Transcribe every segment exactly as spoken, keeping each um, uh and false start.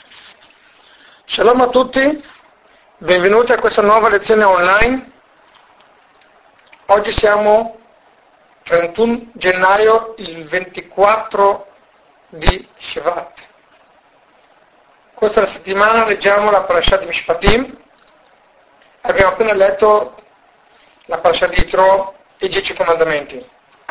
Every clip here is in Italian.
Shalom a tutti, benvenuti a questa nuova lezione online. Oggi siamo trentuno gennaio, il ventiquattro di Shevat. Questa settimana leggiamo la parasha di Mishpatim. Abbiamo appena letto la parasha di Yitro e i dieci comandamenti.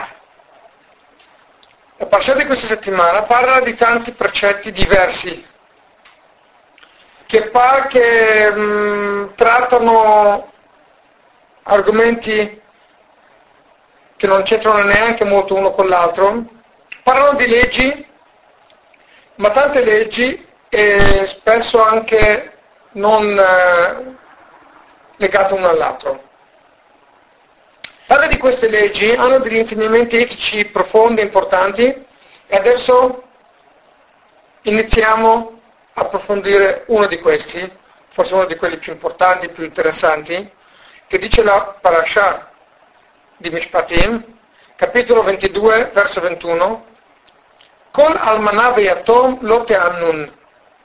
La parasha di questa settimana parla di tanti precetti diversi che pare che mh, trattano argomenti che non c'entrano neanche molto uno con l'altro, parlano di leggi, ma tante leggi e spesso anche non eh, legate uno all'altro. Tante di queste leggi hanno degli insegnamenti etici profondi e importanti e adesso iniziamo a approfondire uno di questi, forse uno di quelli più importanti, più interessanti, che dice la parasha di Mishpatim, capitolo ventidue, verso ventuno, Kol almanah veyatom lo te'annun.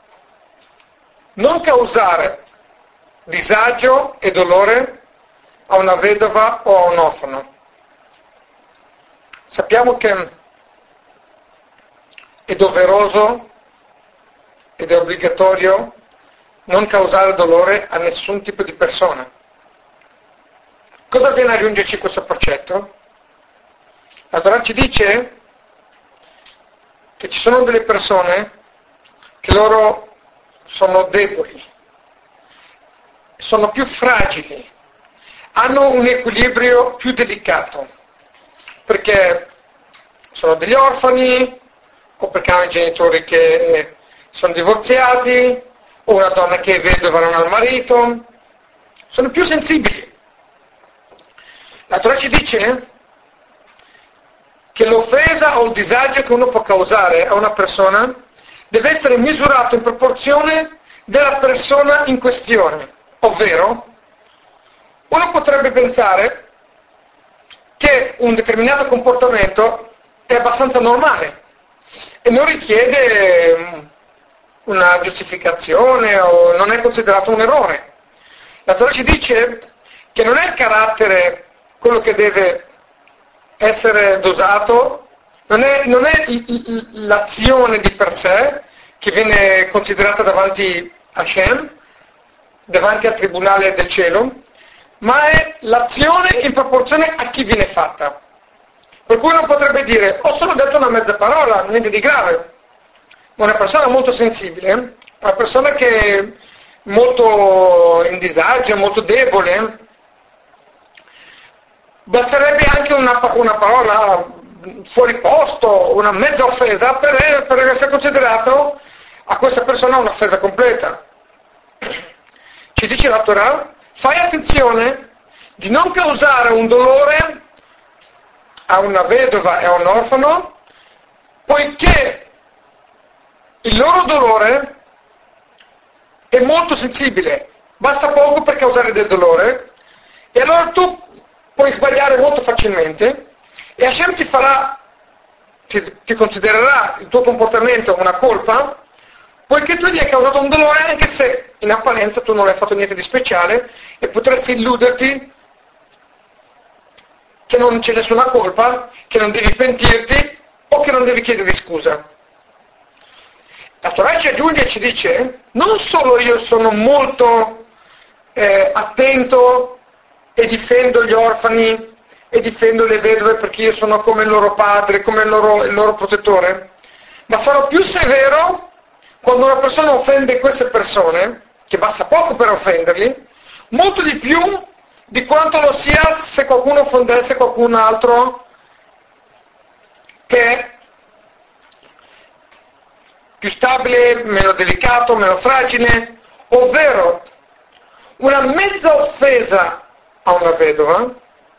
Non causare disagio e dolore a una vedova o a un orfano. Sappiamo che è doveroso ed è obbligatorio non causare dolore a nessun tipo di persona. Cosa viene a aggiungerci questo concetto? La Torah ci dice che ci sono delle persone che loro sono deboli, sono più fragili, hanno un equilibrio più delicato, perché sono degli orfani, o perché hanno i genitori che sono divorziati, o una donna che è vedova non ha il marito, sono più sensibili. La Torah ci dice che l'offesa o il disagio che uno può causare a una persona deve essere misurato in proporzione della persona in questione, ovvero uno potrebbe pensare che un determinato comportamento è abbastanza normale e non richiede una giustificazione o non è considerato un errore. La Torah ci dice che non è il carattere quello che deve essere dosato, non è, non è l'azione di per sé che viene considerata davanti a Hashem, davanti al tribunale del cielo, ma è l'azione in proporzione a chi viene fatta. Per cui uno potrebbe dire, ho solo detto una mezza parola, niente di grave. Ma una persona molto sensibile, una persona che è molto in disagio, molto debole, basterebbe anche una, una parola fuori posto, una mezza offesa, per, per essere considerato a questa persona un'offesa completa. Ci dice la Torah, fai attenzione di non causare un dolore a una vedova e a un orfano, poiché il loro dolore è molto sensibile, basta poco per causare del dolore, e allora tu puoi sbagliare molto facilmente e Hashem ti farà, ti, ti considererà il tuo comportamento una colpa, poiché tu gli hai causato un dolore anche se in apparenza tu non hai fatto niente di speciale e potresti illuderti che non c'è nessuna colpa, che non devi pentirti o che non devi chiedere scusa. La Torah ci aggiunge e ci dice, non solo io sono molto eh, attento e difendo gli orfani e difendo le vedove perché io sono come il loro padre, come il loro, il loro protettore, ma sarò più severo quando una persona offende queste persone, che basta poco per offenderli, molto di più di quanto lo sia se qualcuno offendesse qualcun altro che è più stabile, meno delicato, meno fragile, ovvero una mezza offesa a una vedova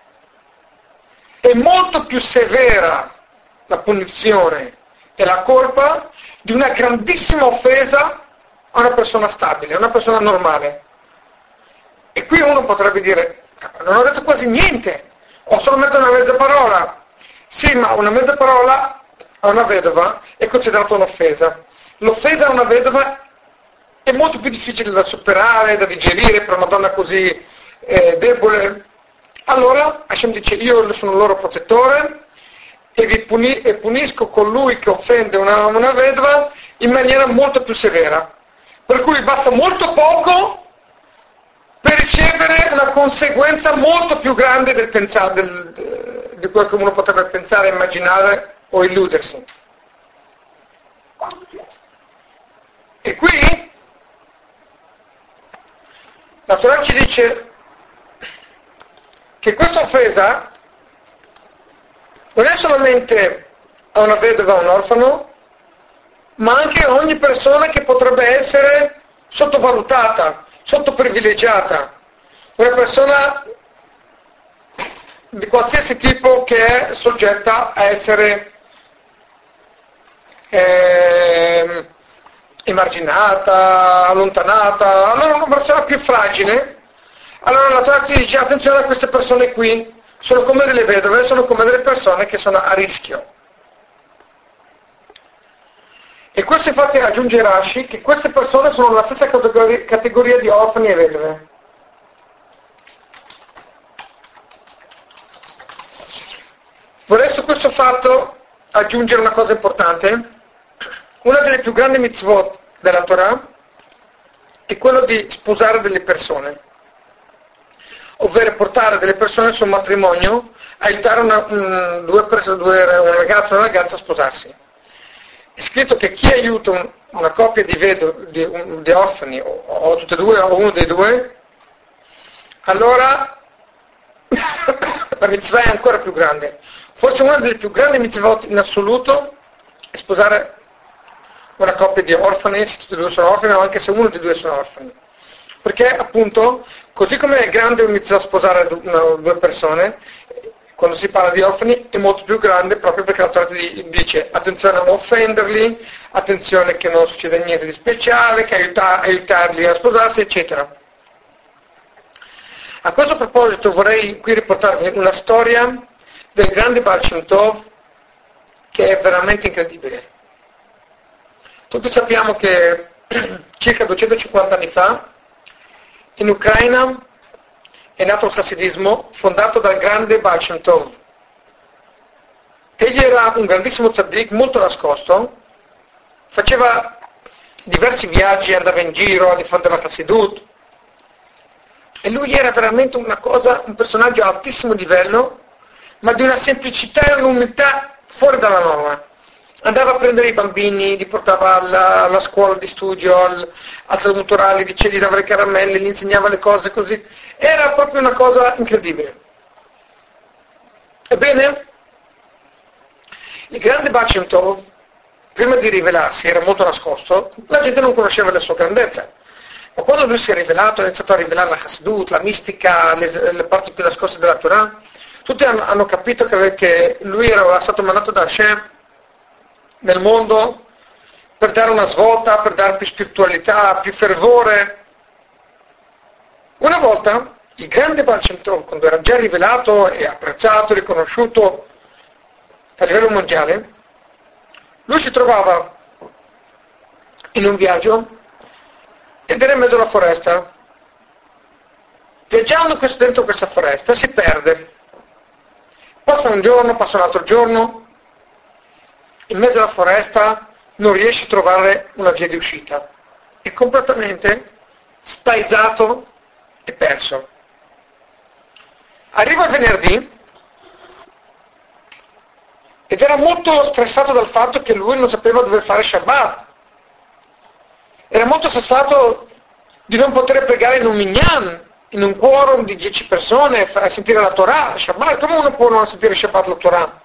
è molto più severa la punizione e la colpa di una grandissima offesa a una persona stabile, a una persona normale. E qui uno potrebbe dire, non ho detto quasi niente, ho solo detto una mezza parola. Sì, ma una mezza parola a una vedova è considerata un'offesa. L'offesa a una vedova è molto più difficile da superare, da digerire per una donna così eh, debole. Allora Hashem dice: io sono il loro protettore e vi puni- e punisco colui che offende una, una vedova in maniera molto più severa. Per cui basta molto poco per ricevere una conseguenza molto più grande del pensa- del, di quello che uno potrebbe pensare, immaginare o illudersi. E qui la Torah ci dice che questa offesa non è solamente a una vedova o a un orfano, ma anche a ogni persona che potrebbe essere sottovalutata, sottoprivilegiata, una persona di qualsiasi tipo che è soggetta a essere eh, emarginata, allontanata, allora una persona più fragile. Allora la Torah ci dice: attenzione a queste persone qui, sono come delle vedove, sono come delle persone che sono a rischio. E questo infatti aggiunge Rashi che queste persone sono la stessa categoria, categoria di orfani e vedove. Vorrei su questo fatto aggiungere una cosa importante. Una delle più grandi mitzvot della Torah è quello di sposare delle persone, ovvero portare delle persone sul matrimonio, aiutare una, un, due, due, un ragazzo e una ragazza a sposarsi. È scritto che chi aiuta un, una coppia di, vedo, di, un, di orfani, o, o tutte e due, o uno dei due, allora la mitzvah è ancora più grande. Forse una delle più grandi mitzvot in assoluto è sposare una coppia di orfani, se tutti e due sono orfani, o anche se uno dei due sono orfani. Perché appunto, così come è grande un mitzvah sposare due persone, quando si parla di orfani è molto più grande, proprio perché la Torah dice: attenzione a non offenderli, attenzione che non succeda niente di speciale, che aiuta, aiutarli a sposarsi, eccetera. A questo proposito vorrei qui riportarvi una storia del grande Baal Shem Tov che è veramente incredibile. Tutti sappiamo che circa duecentocinquanta anni fa in Ucraina è nato il Hasidismo fondato dal grande Baal Shem Tov. Egli era un grandissimo tzaddik, molto nascosto, faceva diversi viaggi, andava in giro, diffondeva la Hasidut, e lui era veramente una cosa, un personaggio a altissimo livello, ma di una semplicità e un'umiltà fuori dalla norma. Andava a prendere i bambini, li portava alla, alla scuola di studio, al, al tradutorale, gli dava le caramelle, gli insegnava le cose così. Era proprio una cosa incredibile. Ebbene, il grande Baal Shem Tov, prima di rivelarsi, era molto nascosto, la gente non conosceva la sua grandezza. Ma quando lui si è rivelato, ha iniziato a rivelare la Chassidut, la mistica, le, le parti più nascoste della Torah, tutti hanno, hanno capito che, che lui era stato mandato da Hashem nel mondo per dare una svolta, per dare più spiritualità, più fervore. Una volta il grande Baal Shem Tov, quando era già rivelato e apprezzato, riconosciuto a livello mondiale, lui si trovava in un viaggio ed era in mezzo alla foresta. Viaggiando dentro questa foresta si perde. Passa un giorno, passa un altro giorno, in mezzo alla foresta non riesce a trovare una via di uscita. È completamente spaesato e perso. Arriva il venerdì ed era molto stressato dal fatto che lui non sapeva dove fare Shabbat. Era molto stressato di non poter pregare in un minyan, in un quorum di dieci persone, a sentire la Torah, Shabbat. Come uno può non sentire Shabbat la Torah?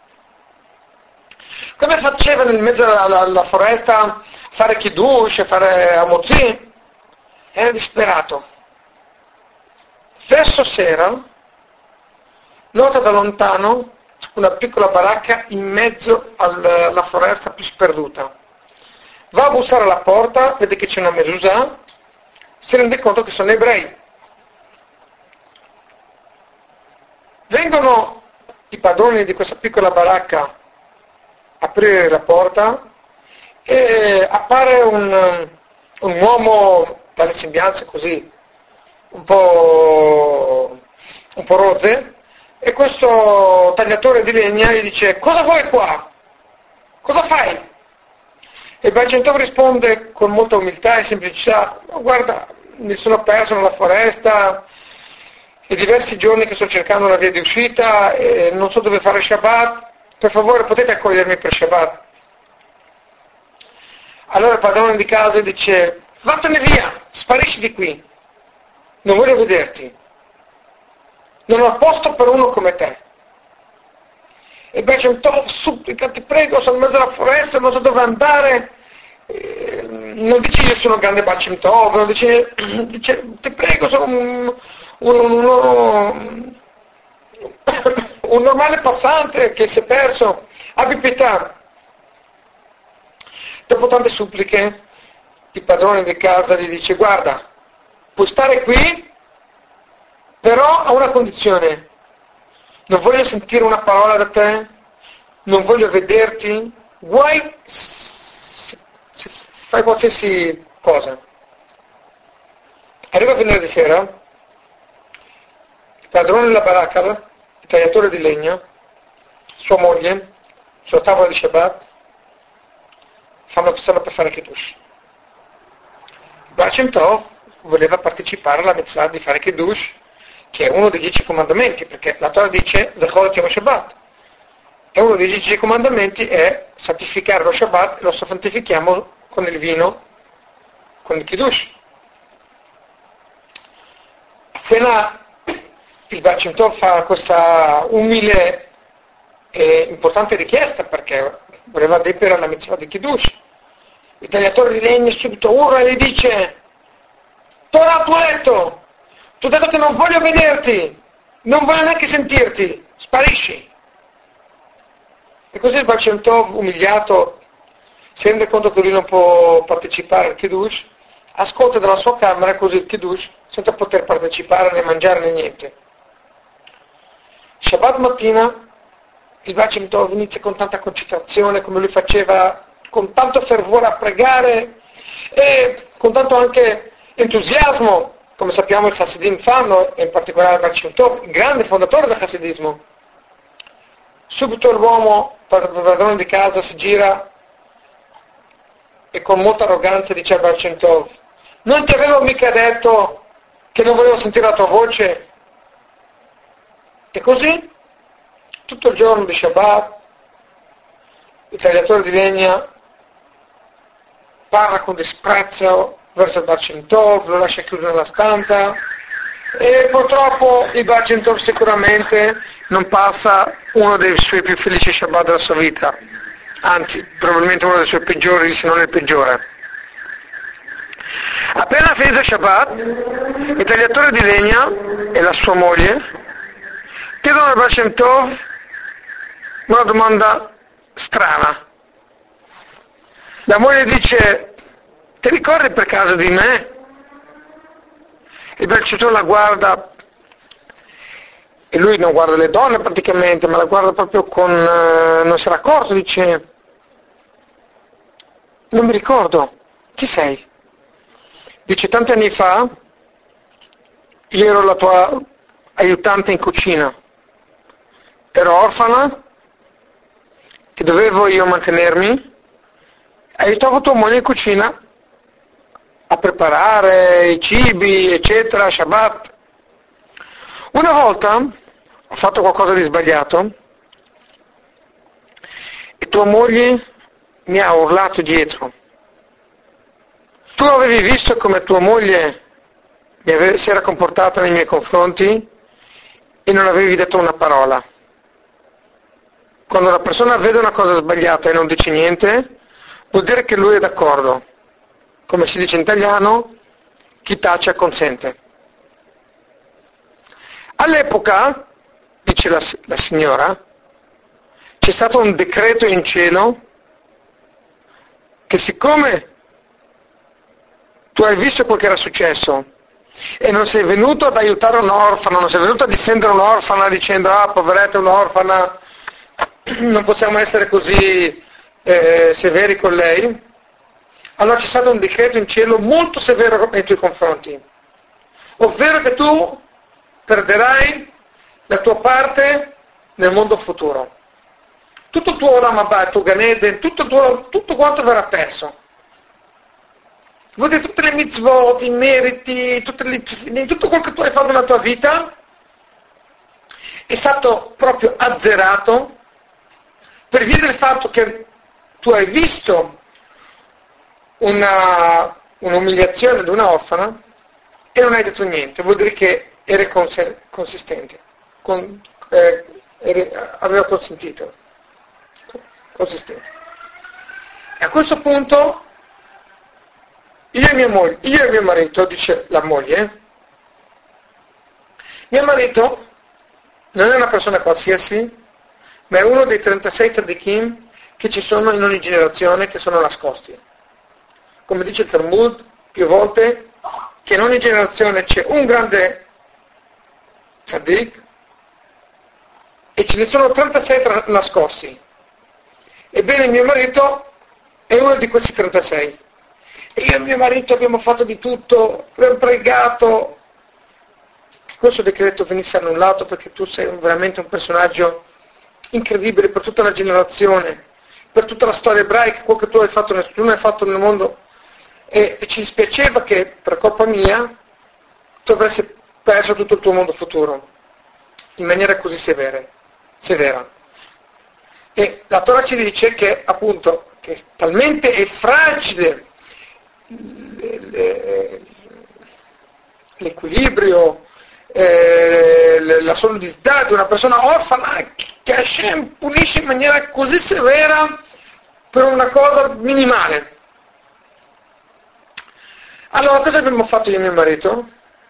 Come faceva nel mezzo alla, alla foresta fare Kiddush, fare Amozì? Era disperato. Verso sera nota da lontano una piccola baracca in mezzo alla foresta più sperduta. Va a bussare alla porta, vede che c'è una mezuzah, si rende conto che sono ebrei. Vengono i padroni di questa piccola baracca a aprire la porta e appare un, un uomo dalle sembianze così, un po', un po' rozze, e questo tagliatore di legna gli dice: cosa vuoi qua? Cosa fai? E il Baal Shem Tov risponde con molta umiltà e semplicità: oh, guarda, mi sono perso nella foresta, è diversi giorni che sto cercando una via di uscita e non so dove fare Shabbat, per favore potete accogliermi per Shabbat? Allora il padrone di casa dice: vattene via, sparisci di qui, non voglio vederti, non ho posto per uno come te. E Baal Shem Tov supplica: ti prego, sono in mezzo alla foresta, non so dove andare. Eh, non dice io sono grande Baal Shem Tov, non dice, dice ti prego, sono un, un, un, un normale passante che si è perso, abbi pietà. Dopo tante suppliche il padrone di casa gli dice: guarda, puoi stare qui, però a una condizione: non voglio sentire una parola da te, non voglio vederti, vuoi se, se fai qualsiasi cosa. Arriva venerdì sera, il padrone della baracca, il tagliatore di legno, sua moglie, sulla tavola di Shabbat, fanno stanno per fare Kiddush. Baal Shem Tov voleva partecipare alla mitzvah di fare Kiddush, che è uno dei dieci comandamenti, perché la Torah dice Zechor Yom Shabbat, e uno dei dieci comandamenti è santificare lo Shabbat, e lo santifichiamo con il vino, con il Kiddush. Appena il Baal Shem Tov fa questa umile e importante richiesta, perché voleva adempiere alla mitzvah di Kiddush, il tagliatore di legno subito urla e gli dice: torna al tuo letto, ti ho detto che non voglio vederti, non voglio neanche sentirti, sparisci. E così il Baal Shem Tov, umiliato, si rende conto che lui non può partecipare al Kiddush, ascolta dalla sua camera così il Kiddush senza poter partecipare né mangiare né niente. Shabbat mattina il Baal Shem Tov inizia con tanta concentrazione, come lui faceva, con tanto fervore a pregare e con tanto anche entusiasmo, come sappiamo i Hasidim fanno, e in particolare il Baal Shem Tov, il grande fondatore del Hasidismo. Subito l'uomo, padrone di casa, si gira e con molta arroganza dice al Baal Shem Tov: non ti avevo mica detto che non volevo sentire la tua voce? E così, tutto il giorno di Shabbat, il tagliatore di legna parla con disprezzo verso il Baal Shem Tov, lo lascia chiuso nella stanza, e purtroppo il Baal Shem Tov sicuramente non passa uno dei suoi più felici Shabbat della sua vita, anzi probabilmente uno dei suoi peggiori, se non il peggiore. Appena finito Shabbat, il tagliatore di legna e la sua moglie chiedono al Baal Shem Tov una domanda strana. La moglie dice: ti ricordi per caso di me? Il Baal Shem Tov la guarda, e lui non guarda le donne praticamente, ma la guarda proprio con... Eh, non si era accorto, dice: non mi ricordo, chi sei? Dice: tanti anni fa io ero la tua aiutante in cucina, ero orfana e dovevo io mantenermi, aiutavo tua moglie in cucina a preparare i cibi, eccetera, Shabbat. Una volta ho fatto qualcosa di sbagliato e tua moglie mi ha urlato dietro. Tu avevi visto come tua moglie mi ave- si era comportata nei miei confronti e non avevi detto una parola. Quando una persona vede una cosa sbagliata e non dice niente, vuol dire che lui è d'accordo. Come si dice in italiano, chi tace consente. All'epoca, dice la, la signora, c'è stato un decreto in cielo che siccome tu hai visto quel che era successo e non sei venuto ad aiutare un'orfana, non sei venuto a difendere un'orfana dicendo: ah, poveretta, un'orfana, non possiamo essere così eh, severi con lei, allora c'è stato un decreto in cielo molto severo nei tuoi confronti, ovvero che tu perderai la tua parte nel mondo futuro. Tutto il tuo Olam Haba, il tuo Gan Eden, tutto, tuo, tutto quanto verrà perso. Vuol dire tutte le mitzvot, i meriti, tutte le, tutto quello che tu hai fatto nella tua vita è stato proprio azzerato per via del fatto che tu hai visto una, un'umiliazione di una orfana e non hai detto niente. Vuol dire che eri consistente, con, eh, eri, aveva consentito. Consistente. E a questo punto io e mia moglie, io e mio marito, dice la moglie, mio marito non è una persona qualsiasi, ma è uno dei trentasei tzadikim che ci sono in ogni generazione, che sono nascosti. Come dice il Talmud più volte, che in ogni generazione c'è un grande tzadik e ce ne sono trentasei tra- nascosti. Ebbene, mio marito è uno di questi trentasei. E io e mio marito abbiamo fatto di tutto, abbiamo pregato che questo decreto venisse annullato, perché tu sei veramente un personaggio incredibile per tutta la generazione, per tutta la storia ebraica, quello che tu hai fatto, nessuno hai fatto nel mondo, e, e ci dispiaceva che per colpa mia tu avresti perso tutto il tuo mondo futuro in maniera così severa. severa. E la Torah ci dice che appunto che talmente è fragile l'equilibrio, eh, la solidità di una persona orfana, che Hashem punisce in maniera così severa per una cosa minimale. Allora cosa abbiamo fatto io e mio marito?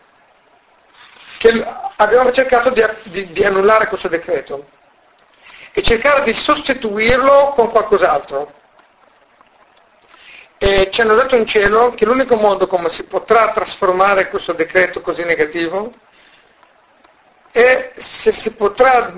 Che abbiamo cercato di, di, di annullare questo decreto e cercare di sostituirlo con qualcos'altro. E ci hanno detto in cielo che l'unico modo come si potrà trasformare questo decreto così negativo è se si potrà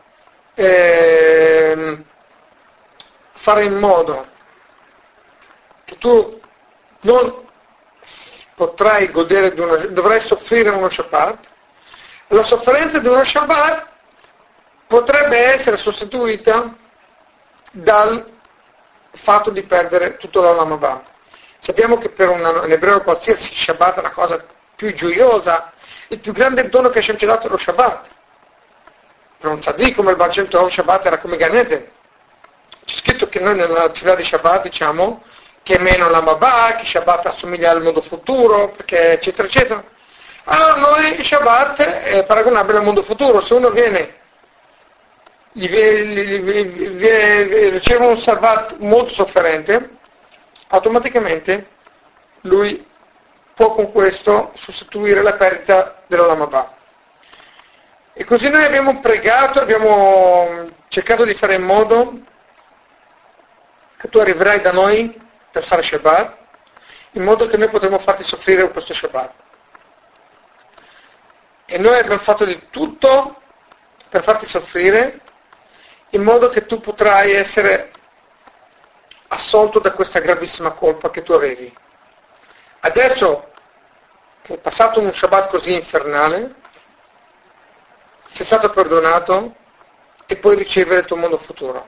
eh, fare in modo che tu non potrai godere di uno, dovrai soffrire uno Shabbat. La sofferenza di uno Shabbat potrebbe essere sostituita dal fatto di perdere tutto l'Olam Haba. Sappiamo che per un, un ebreo qualsiasi Shabbat è la cosa più gioiosa, il più grande dono che Hashem ci ha dato è lo Shabbat. Per un tzaddik come il Baal Shem Tov, Shabbat era come Gan Eden. C'è scritto che noi nella città di Shabbat diciamo che è meno l'Olam Haba, che Shabbat assomiglia al mondo futuro, perché eccetera eccetera. Allora noi Shabbat è paragonabile al mondo futuro. Se uno viene Gli, gli, gli, gli, riceve un Shabbat molto sofferente, automaticamente lui può con questo sostituire la perdita dell'Olam Haba. E così noi abbiamo pregato, abbiamo cercato di fare in modo che tu arriverai da noi per fare Shabbat, in modo che noi potremo farti soffrire questo Shabbat. E noi abbiamo fatto di tutto per farti soffrire, in modo che tu potrai essere assolto da questa gravissima colpa che tu avevi. Adesso che è passato un Shabbat così infernale, sei stato perdonato e puoi ricevere il tuo mondo futuro.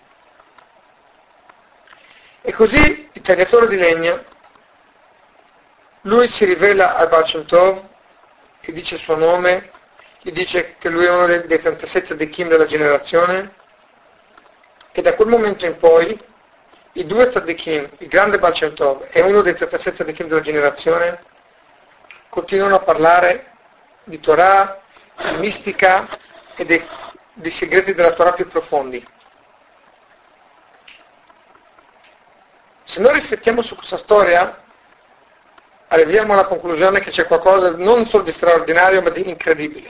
E così il tagliatore di legna, lui si rivela al Baal Shem Tov, che dice il suo nome, gli dice che lui è uno dei, dei trentasei tzadikim della generazione, e da quel momento in poi i due tzadikim, il grande Baal Shem Tov e uno dei trentasei tzadikim della generazione, continuano a parlare di Torah, di mistica e dei, dei segreti della Torah più profondi. Se noi riflettiamo su questa storia, arriviamo alla conclusione che c'è qualcosa non solo di straordinario, ma di incredibile.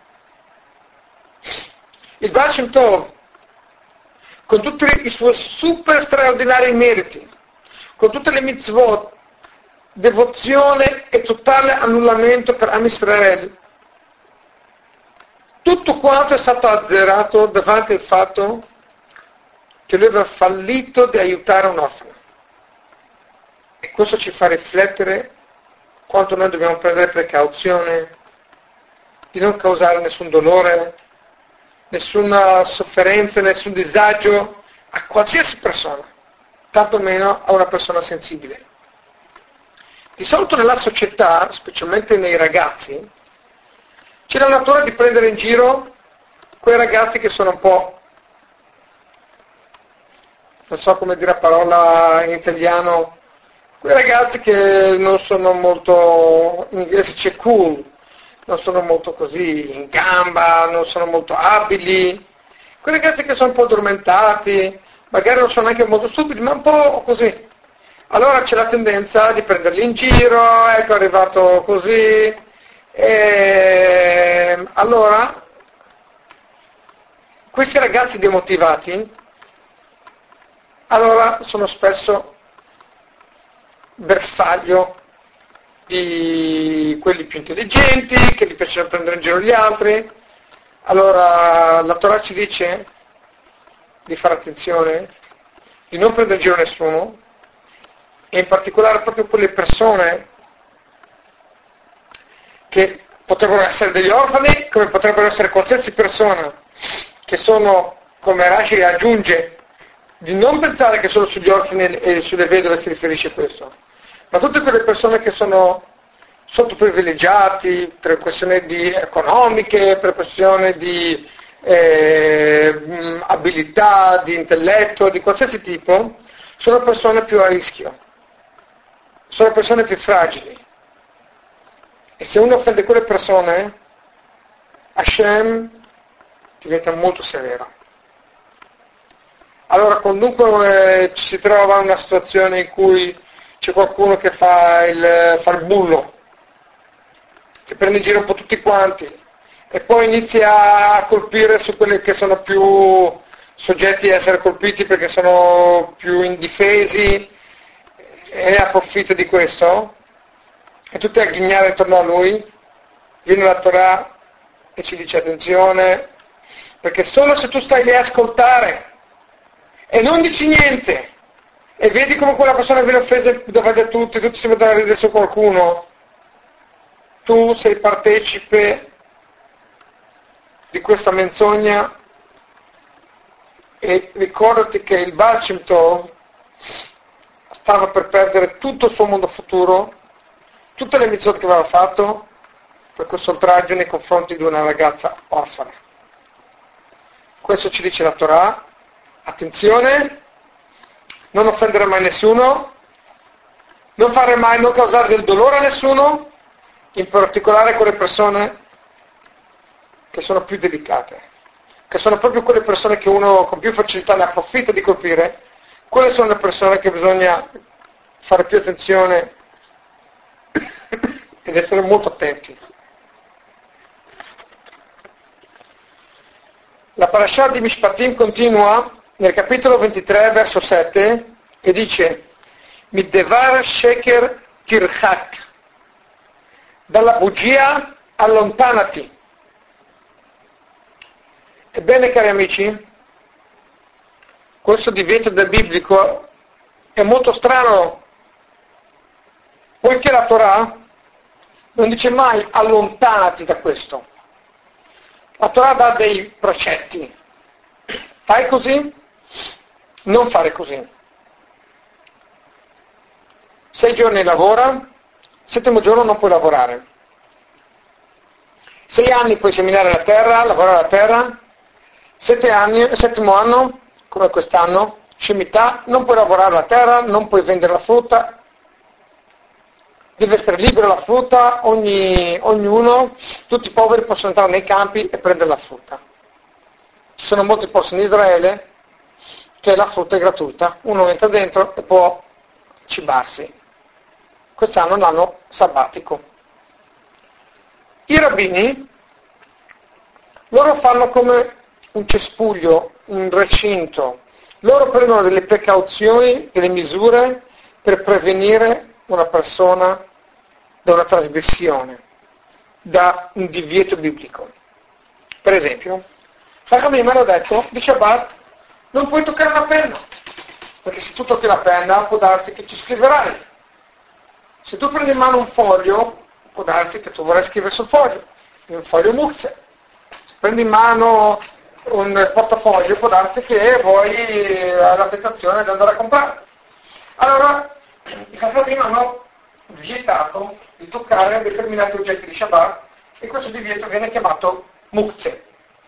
Il Baal Shem Tov, con tutti i suoi super straordinari meriti, con tutte le mitzvot, devozione e totale annullamento per Am Israel, tutto quanto è stato azzerato davanti al fatto che lui aveva fallito di aiutare un orfano. E questo ci fa riflettere quanto noi dobbiamo prendere precauzione di non causare nessun dolore, nessuna sofferenza, nessun disagio a qualsiasi persona, tanto meno a una persona sensibile. Di solito nella società, specialmente nei ragazzi, c'è la natura di prendere in giro quei ragazzi che sono un po', non so come dire la parola in italiano, quei ragazzi che non sono molto, in inglese c'è cool, non sono molto così in gamba, non sono molto abili, quei ragazzi che sono un po' addormentati, magari non sono neanche molto stupidi, ma un po' così. Allora c'è la tendenza di prenderli in giro, ecco è arrivato così, e allora questi ragazzi demotivati, allora sono spesso bersaglio di quelli più intelligenti, che gli piacciono prendere in giro gli altri. Allora la Torah ci dice di fare attenzione, di non prendere in giro nessuno, e in particolare proprio quelle persone che potrebbero essere degli orfani, come potrebbero essere qualsiasi persona, che sono, come Rashi aggiunge, di non pensare che solo sugli orfani e sulle vedove si riferisce questo, ma tutte quelle persone che sono sottoprivilegiati per questioni di economiche, per questioni di eh, abilità, di intelletto, di qualsiasi tipo, sono persone più a rischio, sono persone più fragili. E se uno offende quelle persone, Hashem diventa molto severo. Allora, quandunque eh, ci si trova in una situazione in cui c'è qualcuno che fa il, fa il bullo, che prende in giro un po' tutti quanti, e poi inizia a colpire su quelli che sono più soggetti a essere colpiti perché sono più indifesi, e approfitta di questo, e tutti a ghignare intorno a lui, viene la Torah e ci dice attenzione, perché solo se tu stai lì a ascoltare e non dici niente, e vedi come quella persona viene offesa davanti a tutti, tutti si mettono a ridere su qualcuno, tu sei partecipe di questa menzogna, e ricordati che il Baal Shem Tov stava per perdere tutto il suo mondo futuro, tutte le mitzvot che aveva fatto, per questo oltraggio nei confronti di una ragazza orfana. Questo ci dice la Torah, attenzione, non offendere mai nessuno, non fare mai, non causare del dolore a nessuno, in particolare quelle persone che sono più delicate, che sono proprio quelle persone che uno con più facilità ne approfitta di colpire. Quelle sono le persone che bisogna fare più attenzione ed essere molto attenti. La parasha di Mishpatim continua nel capitolo ventitré, verso sette, e dice: Middevar sheker tirchak, dalla bugia allontanati. Ebbene, cari amici, questo divieto del biblico è molto strano, poiché la Torah non dice mai allontanati da questo. La Torah dà dei precetti. Fai così, non fare così. Sei giorni lavora, settimo giorno non puoi lavorare. Sei anni puoi seminare la terra, lavorare la terra, sette anni, settimo anno, come quest'anno, Shemitah, non puoi lavorare la terra, non puoi vendere la frutta, deve essere libera la frutta, ogni, ognuno, tutti i poveri possono entrare nei campi e prendere la frutta. Ci sono molti posti in Israele che la frutta è gratuita, uno entra dentro e può cibarsi. Quest'anno è un anno sabbatico. I rabbini, loro fanno come un cespuglio, un recinto, loro prendono delle precauzioni, delle misure per prevenire una persona da una trasgressione, da un divieto biblico. Per esempio, Chachamim mi hanno detto, di Shabbat, non puoi toccare una penna, perché se tu tocchi la penna può darsi che ci scriverai. Se tu prendi in mano un foglio, può darsi che tu vorrai scrivere sul foglio, un foglio muktzeh. Se prendi in mano un portafoglio, può darsi che vuoi la tentazione di andare a comprare. Allora, i Chachamim hanno vietato di toccare determinati oggetti di Shabbat e questo divieto viene chiamato muktzeh.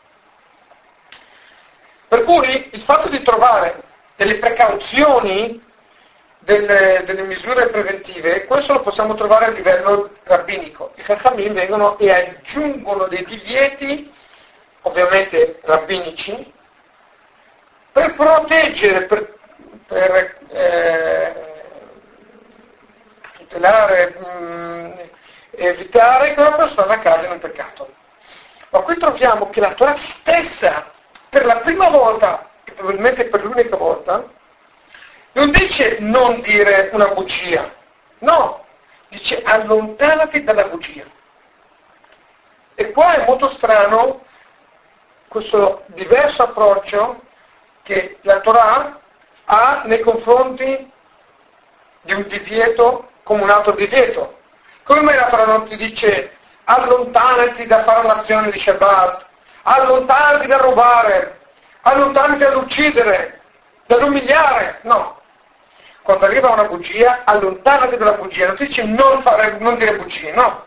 Per cui il fatto di trovare delle precauzioni, delle, delle misure preventive, questo lo possiamo trovare a livello rabbinico. I Chachamim vengono e aggiungono dei divieti, ovviamente rabbinici, per proteggere, per, per eh, tutelare, mh, evitare che una persona cade in un peccato. Ma qui troviamo che la Torah stessa, per la prima volta, e probabilmente per l'unica volta, non dice non dire una bugia, no, dice allontanati dalla bugia. E qua è molto strano questo diverso approccio che la Torah ha nei confronti di un divieto come un altro divieto. Come mai la Torah non ti dice allontanati da fare l'azione di Shabbat, allontanati da rubare, allontanati dall'uccidere, dall'umiliare? No. Quando arriva una bugia, allontanati dalla bugia, non ti dice non, fare, non dire bugie, no.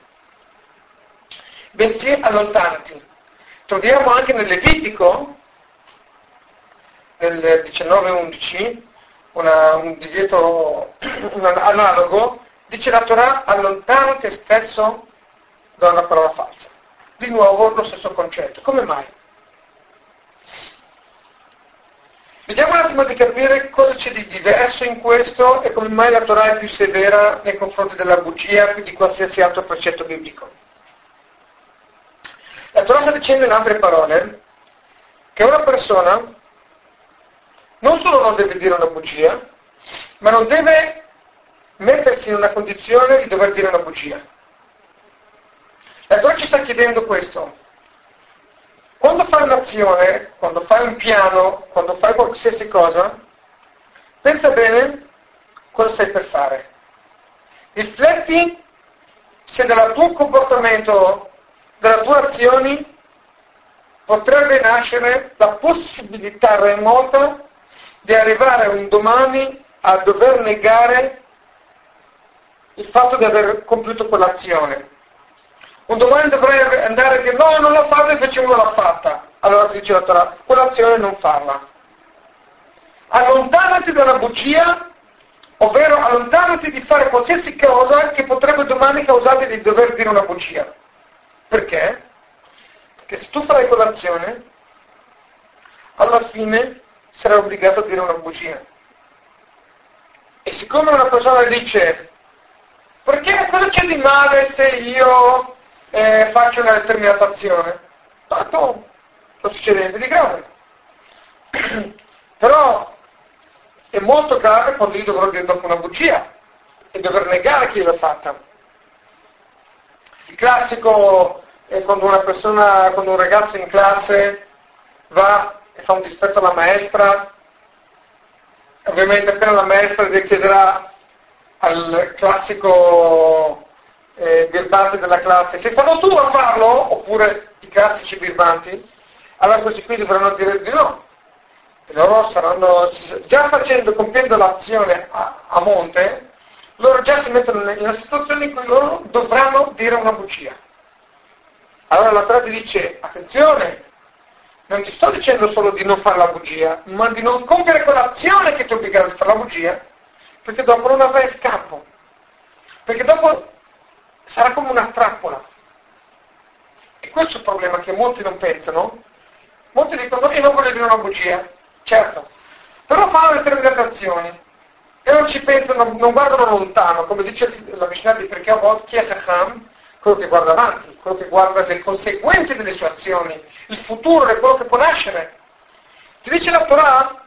Bensì allontanati. Troviamo anche nel Levitico, nel diciannove undici, una, un divieto un analogo, dice la Torah allontana te stesso da una parola falsa. Di nuovo lo stesso concetto. Come mai? Vediamo un attimo di capire cosa c'è di diverso in questo e come mai la Torah è più severa nei confronti della bugia più di qualsiasi altro precetto biblico. La Torah sta dicendo in altre parole che una persona non solo non deve dire una bugia, ma non deve mettersi in una condizione di dover dire una bugia. La Torah ci sta chiedendo questo. Quando fai un'azione, quando fai un piano, quando fai qualsiasi cosa, pensa bene cosa stai per fare. Rifletti se dal tuo comportamento, dalle tue azioni, potrebbe nascere la possibilità remota di arrivare un domani a dover negare il fatto di aver compiuto quell'azione. Un domani dovrei andare a dire no, non l'ho fatta, invece uno l'ha fatta. Allora ti dice la Torah, quell'azione non farla. Allontanati dalla bugia, ovvero allontanati di fare qualsiasi cosa che potrebbe domani causarti di dover dire una bugia. Perché? Perché se tu farai quell'azione, alla fine sarai obbligato a dire una bugia. E siccome una persona dice perché cosa c'è di male se io eh, faccio una determinata azione? Tanto non succede niente di grave. Però è molto grave quando io dovrò dire dopo una bugia e dover negare chi l'ha fatta. Il classico è quando una persona, quando un ragazzo in classe va e fa un dispetto alla maestra, ovviamente appena la maestra gli chiederà al classico eh, birbante della classe, sei stato tu a farlo? Oppure i classici birbanti? Allora questi qui dovranno dire di no. E loro saranno, già facendo, compiendo l'azione a, a monte, loro già si mettono in una situazione in cui loro dovranno dire una bugia. Allora la Torah ti dice, attenzione, non ti sto dicendo solo di non fare la bugia, ma di non compiere quell'azione che ti obbliga a fare la bugia, perché dopo non avrai scampo. Perché dopo sarà come una trappola. E questo è il problema che molti non pensano. Molti dicono, io non voglio dire una bugia, certo, però fanno determinate azioni e non ci pensano, non guardano lontano, come dice la Mishnah di Pirkei Avot, chi è Chacham? Quello che guarda avanti, quello che guarda le conseguenze delle sue azioni, il futuro e quello che può nascere. Ti dice la Torah,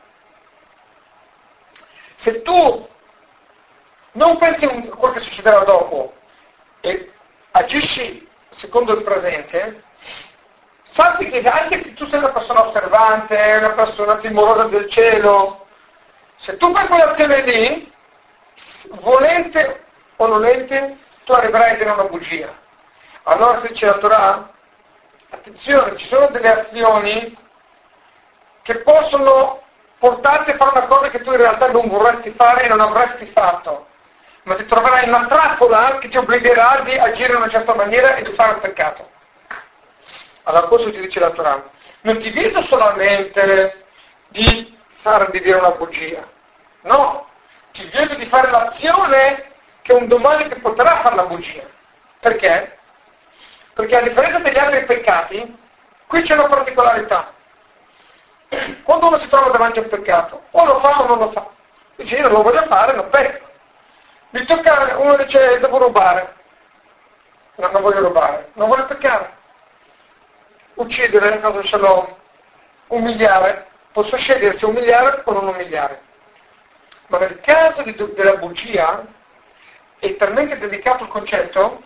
se tu non pensi a quello che succederà dopo e agisci secondo il presente, sappi che anche se tu sei una persona osservante, una persona timorosa del cielo, se tu fai quell'azione lì, volente nolenti, tu arriverai a dire una bugia. Allora se dice la Torah, attenzione, ci sono delle azioni che possono portarti a fare una cosa che tu in realtà non vorresti fare e non avresti fatto, ma ti troverai in una trappola che ti obbligherà di agire in una certa maniera e di fare un peccato. Allora questo ti dice la Torah. Non ti vedo solamente di fare di dire una bugia, no, ti vedo di fare l'azione che un domani ti porterà a fare la bugia. Perché? Perché a differenza degli altri peccati, qui c'è una particolarità. Quando uno si trova davanti a un peccato, o lo fa o non lo fa. Dice, io non lo voglio fare, non pecco. Mi tocca, uno dice, devo rubare. No, non voglio rubare, non voglio peccare. Uccidere, cosa ce l'ho? Umiliare. Posso scegliere se umiliare o non umiliare. Ma nel caso di, della bugia, è talmente delicato il concetto,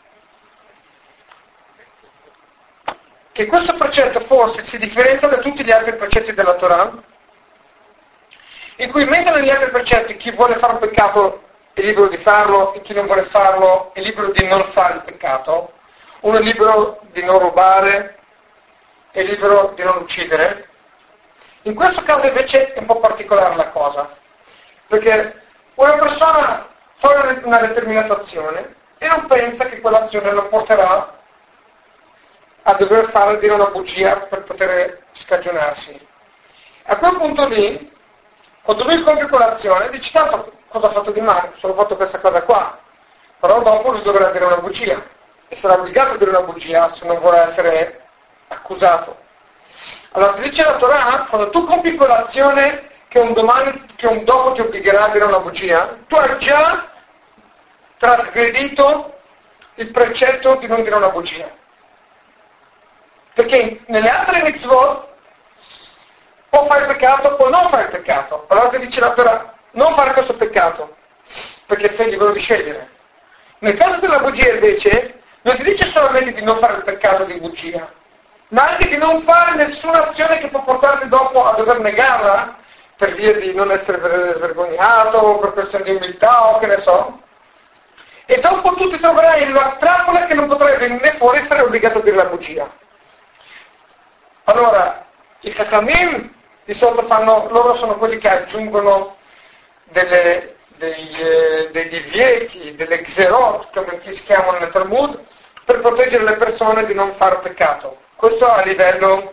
che questo precetto forse si differenzia da tutti gli altri precetti della Torah, in cui mentre negli altri precetti chi vuole fare un peccato è libero di farlo e chi non vuole farlo è libero di non fare il peccato, uno è libero di non rubare, è libero di non uccidere. In questo caso invece è un po' particolare la cosa, perché una persona fa una determinata azione e non pensa che quell'azione lo porterà a dover fare dire una bugia per poter scagionarsi. A quel punto lì, quando lui compie quell'azione, dice tanto cosa ha fatto di male? Solo fatto questa cosa qua. Però dopo lui dovrà dire una bugia e sarà obbligato a dire una bugia se non vuole essere accusato. Allora ti dice la Torah, quando tu compi quell'azione che un domani, che un dopo ti obbligherà a dire una bugia, tu hai già trasgredito il precetto di non dire una bugia. Perché nelle altre mitzvot o fai il peccato o non fai il peccato. Allora ti dice la Torah, non fare questo peccato, perché sei libero di scegliere. Nel caso della bugia invece, non ti dice solamente di non fare il peccato di bugia, ma anche di non fare nessuna azione che può portarti dopo a dover negarla, per via di non essere vergognato, o per questione di umiltà, o che ne so. E dopo tu ti troverai in una trappola che non potrai venire fuori e sarai obbligato a dire la bugia. Allora, i Chachamim di solito fanno, loro sono quelli che aggiungono delle, dei, eh, dei divieti, delle Xerot, come si chiamano nel Talmud, per proteggere le persone di non fare peccato. Questo a livello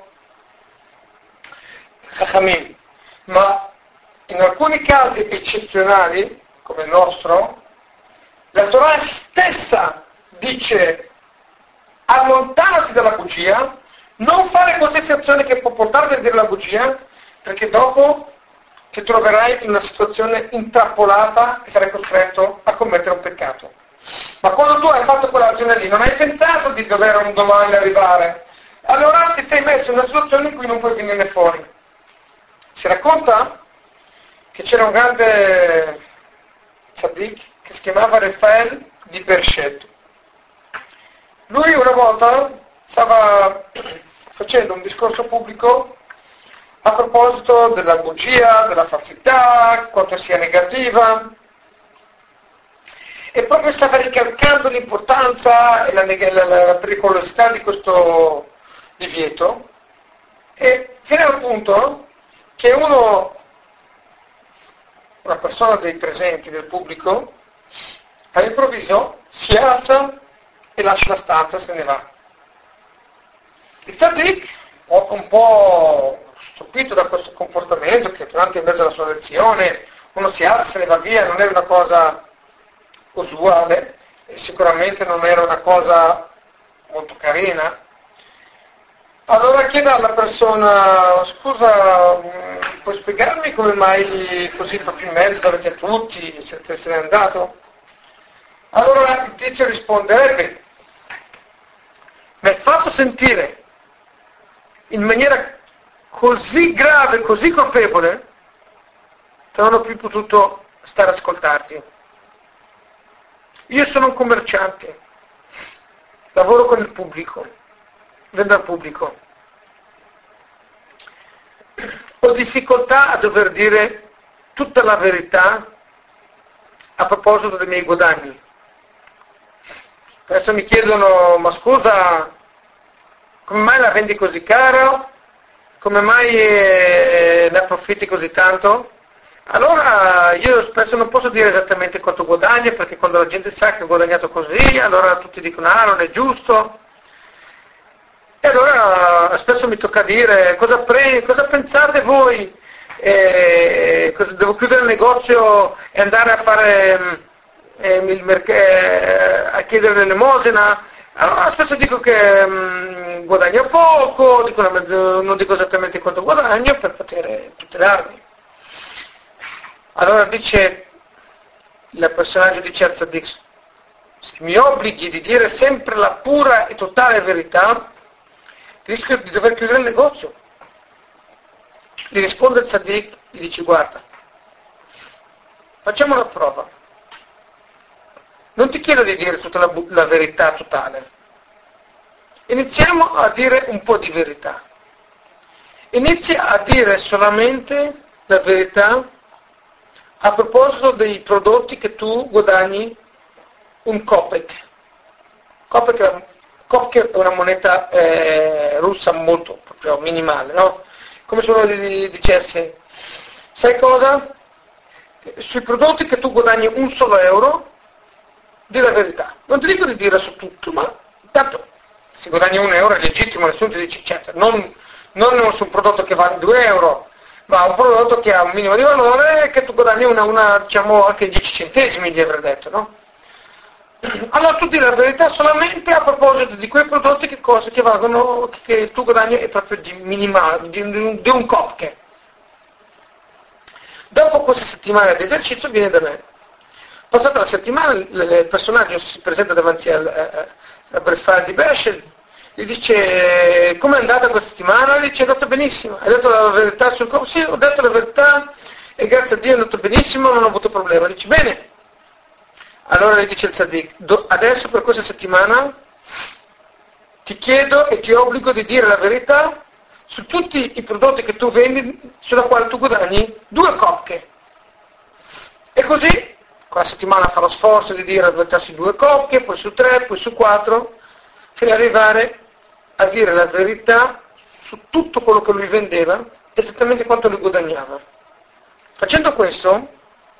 Chachamim. Ma in alcuni casi eccezionali, come il nostro, la Torah stessa dice allontanati dalla bugia, non fare qualsiasi azione che può portarti a dire la bugia, perché dopo ti troverai in una situazione intrappolata e sarai costretto a commettere un peccato. Ma quando tu hai fatto quell'azione lì, non hai pensato di dover un domani arrivare, allora ti sei messo in una situazione in cui non puoi venirne fuori. Si racconta che c'era un grande tzaddik che si chiamava Rafael di Bershet. Lui una volta stava facendo un discorso pubblico a proposito della bugia, della falsità, quanto sia negativa, e proprio stava ricalcando l'importanza e la, la, la pericolosità di questo divieto, e fino al punto che uno, una persona dei presenti, del pubblico, all'improvviso si alza e lascia la stanza e se ne va. Il tzaddik, un po' stupito da questo comportamento, che durante in mezzo alla sua lezione uno si alza e se ne va via, non è una cosa usuale, e sicuramente non era una cosa molto carina. Allora chiede alla persona, scusa, puoi spiegarmi come mai così proprio in mezzo davanti a tutti, siete se n'è andato? Allora il tizio risponderebbe, mi hai fatto sentire in maniera così grave, così colpevole, che non ho più potuto stare ad ascoltarti. Io sono un commerciante, lavoro con il pubblico, vendo al pubblico. Ho difficoltà a dover dire tutta la verità a proposito dei miei guadagni. Adesso mi chiedono, ma scusa, come mai la vendi così cara? Come mai eh, ne approfitti così tanto? Allora io spesso non posso dire esattamente quanto guadagno, perché quando la gente sa che ho guadagnato così, allora tutti dicono ah non è giusto. E allora spesso mi tocca dire cosa, pre- cosa pensate voi? Eh, cosa, devo chiudere il negozio e andare a fare eh, il merc- eh, a chiedere l'elemosina? Allora spesso dico che mh, guadagno poco, dico una mezzo, non dico esattamente quanto guadagno per poter tutelarmi. Allora dice, il personaggio dice a Tzadik, se mi obblighi di dire sempre la pura e totale verità, rischio di dover chiudere il negozio. Gli risponde il Tzadik, gli dice guarda, facciamo una prova. Non ti chiedo di dire tutta la, la verità totale. Iniziamo a dire un po' di verità. Inizia a dire solamente la verità a proposito dei prodotti che tu guadagni un kopek. Kopek è, kopek è una moneta eh, russa molto, proprio minimale, no? Come se uno gli dicesse, sai cosa? Sui prodotti che tu guadagni un solo euro, di la verità. Non ti dico di dire su tutto, ma tanto se guadagni un euro è legittimo, nessuno ti dice certo, non, non su un prodotto che vale due euro, ma un prodotto che ha un minimo di valore e che tu guadagni una, una diciamo anche dieci centesimi, gli avrei detto, no? Allora tu di la verità solamente a proposito di quei prodotti che cose che valgono, che il tuo guadagno è proprio di minimale, di, di, di un kopke. Dopo questa settimana di esercizio viene da me. Passata la settimana il personaggio si presenta davanti al, al, al Brefal di Beschel, gli dice come è andata questa settimana? Gli dice è andata benissimo, hai detto la verità sul corpo? Sì, ho detto la verità e grazie a Dio è andato benissimo, non ho avuto problema. Dice bene, allora gli dice il Tzadik, adesso per questa settimana ti chiedo e ti obbligo di dire la verità su tutti i prodotti che tu vendi, sulla quale tu guadagni due kopke. E così quella settimana farò sforzo di dire la verità su due kopke, poi su tre, poi su quattro, fino ad arrivare a dire la verità su tutto quello che lui vendeva, esattamente quanto lui guadagnava. Facendo questo,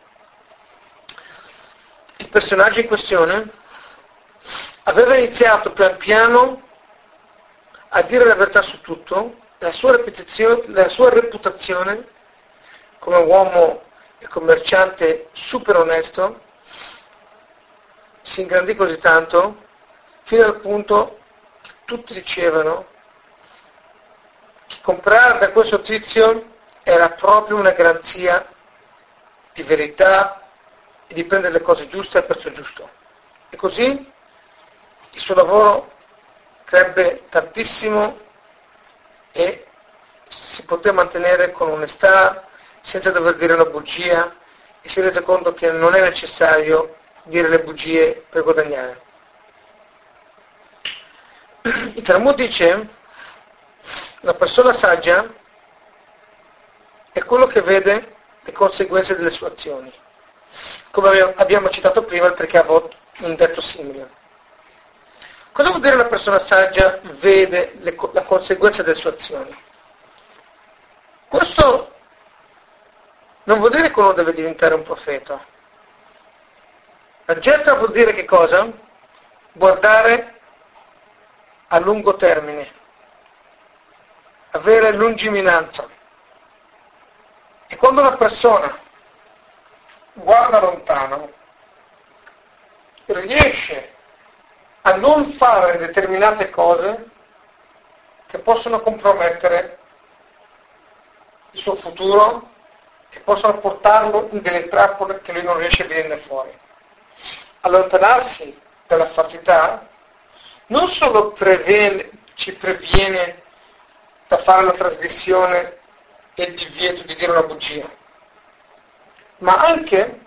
il personaggio in questione aveva iniziato pian piano a dire la verità su tutto, la sua reputazione, la sua reputazione come uomo e commerciante super onesto si ingrandì così tanto fino al punto che tutti dicevano che comprare da questo tizio era proprio una garanzia di verità e di prendere le cose giuste al prezzo giusto. E così il suo lavoro crebbe tantissimo e si poté mantenere con onestà, senza dover dire una bugia, e si rese conto che non è necessario dire le bugie per guadagnare. Il Talmud dice la persona saggia è quello che vede le conseguenze delle sue azioni. Come abbiamo citato prima, perché ha un detto simile. Cosa vuol dire la persona saggia vede le, la conseguenza delle sue azioni? Questo non vuol dire che uno deve diventare un profeta. La getta vuol dire che cosa? Guardare a lungo termine, avere lungimiranza. E quando una persona guarda lontano, riesce a non fare determinate cose che possono compromettere il suo futuro, che possono portarlo in delle trappole che lui non riesce a venirne fuori. Allontanarsi dalla falsità non solo previene, ci previene da fare la trasgressione e il divieto di dire una bugia, ma anche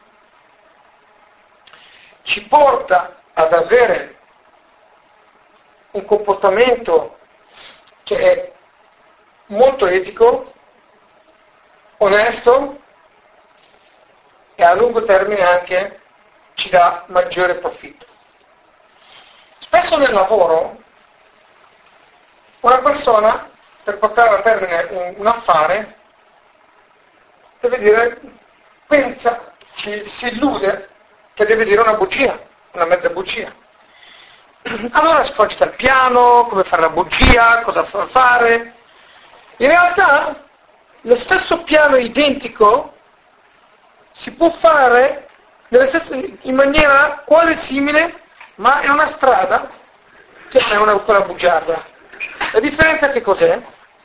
ci porta ad avere un comportamento che è molto etico, onesto e a lungo termine anche ci dà maggiore profitto. Spesso nel lavoro una persona, per portare a termine un, un affare, deve dire, pensa, ci, si illude che deve dire una bugia, una mezza bugia. Allora si cogita il piano, come fare la bugia, cosa fare. In realtà lo stesso piano identico si può fare nelle stesse, in maniera quasi simile, ma è una strada che non è una, una bugiarda. La differenza che cos'è?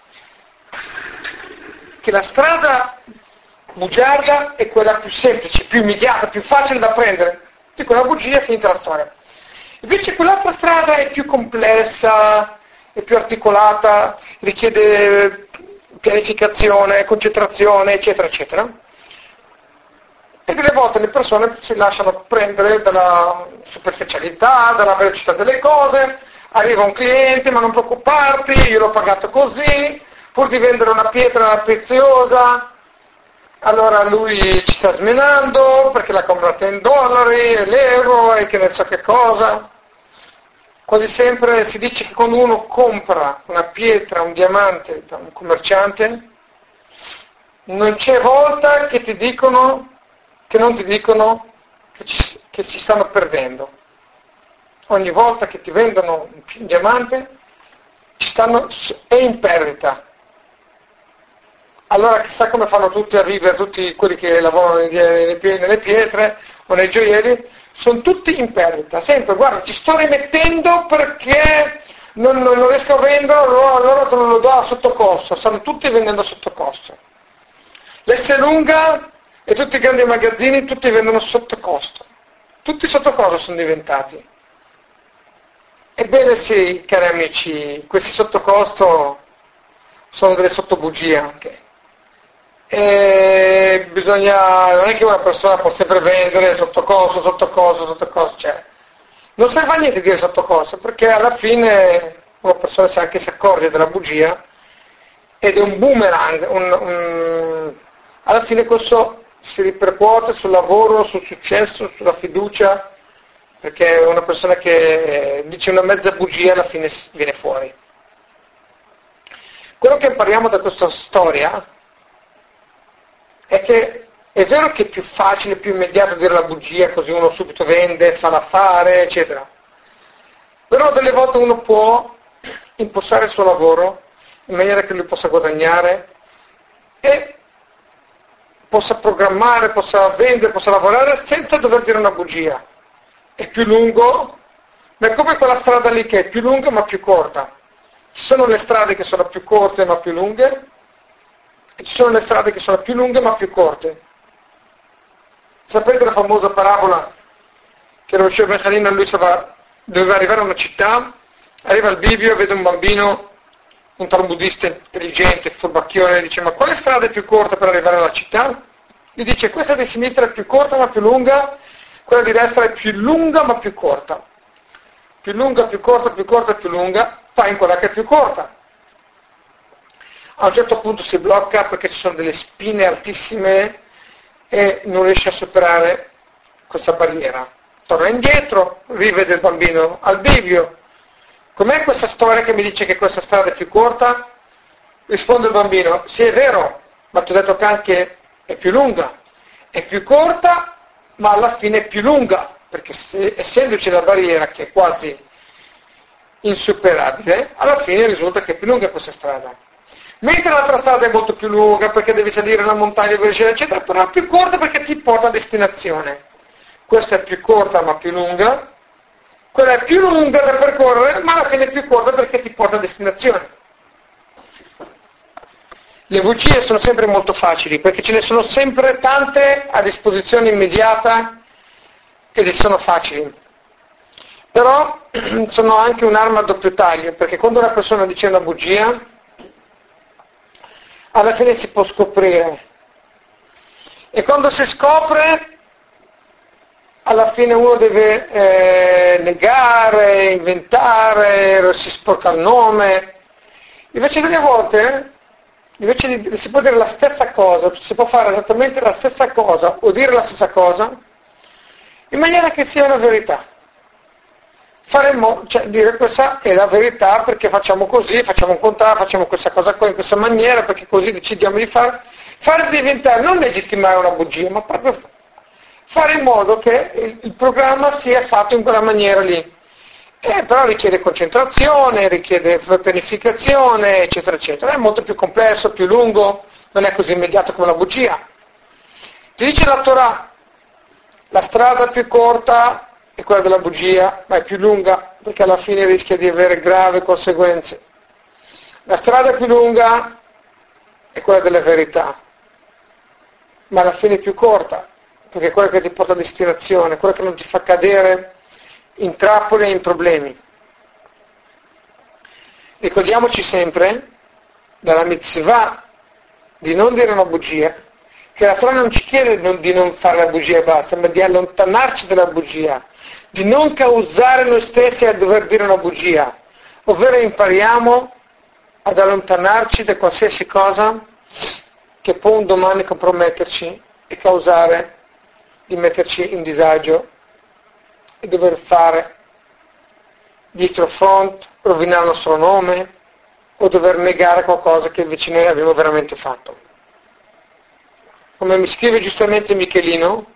Che la strada bugiarda è quella più semplice, più immediata, più facile da prendere. E quella bugia è finita la storia. Invece quell'altra strada è più complessa, è più articolata, richiede pianificazione, concentrazione, eccetera, eccetera. E delle volte le persone si lasciano prendere dalla superficialità, dalla velocità delle cose, arriva un cliente, ma non preoccuparti, io l'ho pagato così, pur di vendere una pietra preziosa, allora lui ci sta smenando perché l'ha comprata in dollari, e l'euro, e che ne so che cosa. Quasi sempre si dice che quando uno compra una pietra, un diamante da un commerciante, non c'è volta che ti dicono, che non ti dicono che, ci, che si stanno perdendo. Ogni volta che ti vendono un diamante, ci stanno, è in perdita. Allora chissà come fanno tutti a vivere, tutti quelli che lavorano nelle pietre o nei gioielli, sono tutti in perdita, sempre, guarda, ci sto rimettendo perché non, non, non riesco a venderlo, allora, allora te lo do a sotto costo, stanno tutti vendendo a sotto costo. L'S lunga e tutti i grandi magazzini, tutti vendono sotto costo, tutti sotto costo sono diventati. Ebbene sì, cari amici, questi sotto costo sono delle sottobugie anche. E bisogna, non è che una persona può sempre vendere sotto costo, sotto costo, sotto costo, cioè non serve a niente dire sotto costo, perché alla fine una persona si anche si accorge della bugia ed è un boomerang, un, un, alla fine questo si ripercuote sul lavoro, sul successo, sulla fiducia, perché una persona che dice una mezza bugia alla fine viene fuori. Quello che impariamo da questa storia è che è vero che è più facile, più immediato dire la bugia, così uno subito vende, fa l'affare, eccetera. Però delle volte uno può impostare il suo lavoro in maniera che lui possa guadagnare e possa programmare, possa vendere, possa lavorare senza dover dire una bugia. È più lungo, ma è come quella strada lì che è più lunga ma più corta. Ci sono le strade che sono più corte ma più lunghe, e ci sono le strade che sono più lunghe ma più corte. Sapete la famosa parabola che lo Sheva Bechalina, lui stava, doveva arrivare a una città, arriva al bivio, vede un bambino, un talmudista intelligente, furbacchione, dice: ma quale strada è più corta per arrivare alla città? Gli dice: questa di sinistra è più corta ma più lunga, quella di destra è più lunga ma più corta. Più lunga, più corta, più corta, più lunga, fa in quella che è più corta. A un certo punto si blocca perché ci sono delle spine altissime e non riesce a superare questa barriera. Torna indietro, rivede il bambino al bivio. Com'è questa storia che mi dice che questa strada è più corta? Risponde il bambino: sì, è vero, ma ti ho detto che anche è più lunga. È più corta, ma alla fine è più lunga, perché se, essendoci la barriera che è quasi insuperabile, alla fine risulta che è più lunga questa strada. Mentre l'altra strada è molto più lunga perché devi salire la montagna, eccetera, eccetera, però è più corta perché ti porta a destinazione. Questa è più corta ma più lunga, quella è più lunga da percorrere, ma alla fine è più corta perché ti porta a destinazione. Le bugie sono sempre molto facili perché ce ne sono sempre tante a disposizione immediata ed sono facili. Però sono anche un'arma a doppio taglio, perché quando una persona dice una bugia, alla fine si può scoprire. E quando si scopre, alla fine uno deve eh, negare, inventare, si sporca il nome. Invece delle volte, invece di, si può dire la stessa cosa, si può fare esattamente la stessa cosa o dire la stessa cosa, in maniera che sia una verità. Faremmo, cioè dire questa è la verità perché facciamo così, facciamo un contratto, facciamo questa cosa qua in questa maniera, perché così decidiamo di fare, fare diventare, non legittimare una bugia, ma proprio fare in modo che il, il programma sia fatto in quella maniera lì. Eh, però richiede concentrazione, richiede pianificazione, eccetera, eccetera. È molto più complesso, più lungo, non è così immediato come la bugia. Ti dice la Torah, la strada più corta è quella della bugia, ma è più lunga, perché alla fine rischia di avere gravi conseguenze. La strada più lunga è quella della verità, ma alla fine è più corta, perché è quella che ti porta a destinazione, quella che non ti fa cadere in trappole e in problemi. Ricordiamoci sempre dalla mitzvah di non dire una bugia, che la Torah non ci chiede di non fare la bugia e basta, ma di allontanarci dalla bugia, di non causare noi stessi a dover dire una bugia, ovvero impariamo ad allontanarci da qualsiasi cosa che può un domani comprometterci e causare di metterci in disagio e dover fare dietro front, rovinare il nostro nome o dover negare qualcosa che invece noi abbiamo veramente fatto. Come mi scrive giustamente Michelino,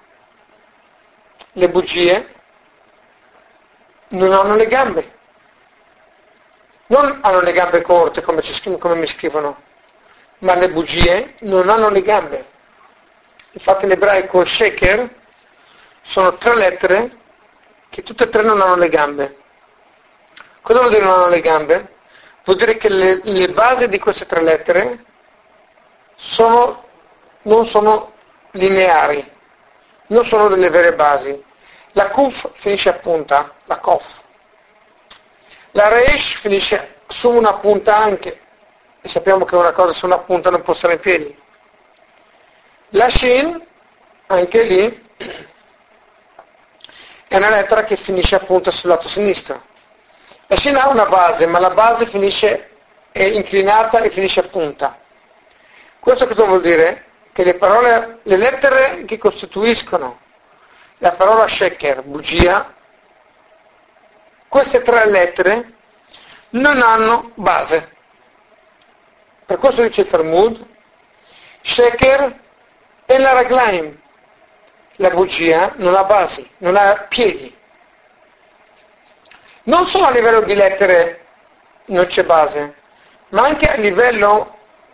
le bugie non hanno le gambe, non hanno le gambe corte come, ci scrivono, come mi scrivono, ma le bugie non hanno le gambe. Infatti in ebraico sheker sono tre lettere che tutte e tre non hanno le gambe. Cosa vuol dire non hanno le gambe? Vuol dire che le, le basi di queste tre lettere sono, non sono lineari, non sono delle vere basi. La Kuf finisce a punta, la Kof. La Reish finisce su una punta anche, e sappiamo che una cosa su una punta non può stare in piedi. La Shin, anche lì, è una lettera che finisce a punta sul lato sinistro. La Shin ha una base, ma la base finisce, è inclinata e finisce a punta. Questo cosa vuol dire? Che le parole, le lettere che costituiscono la parola sheker, bugia, queste tre lettere non hanno base. Per questo dice il Talmud, sheker e la raglaim, la bugia non ha basi, non ha piedi. Non solo a livello di lettere non c'è base, ma anche a livello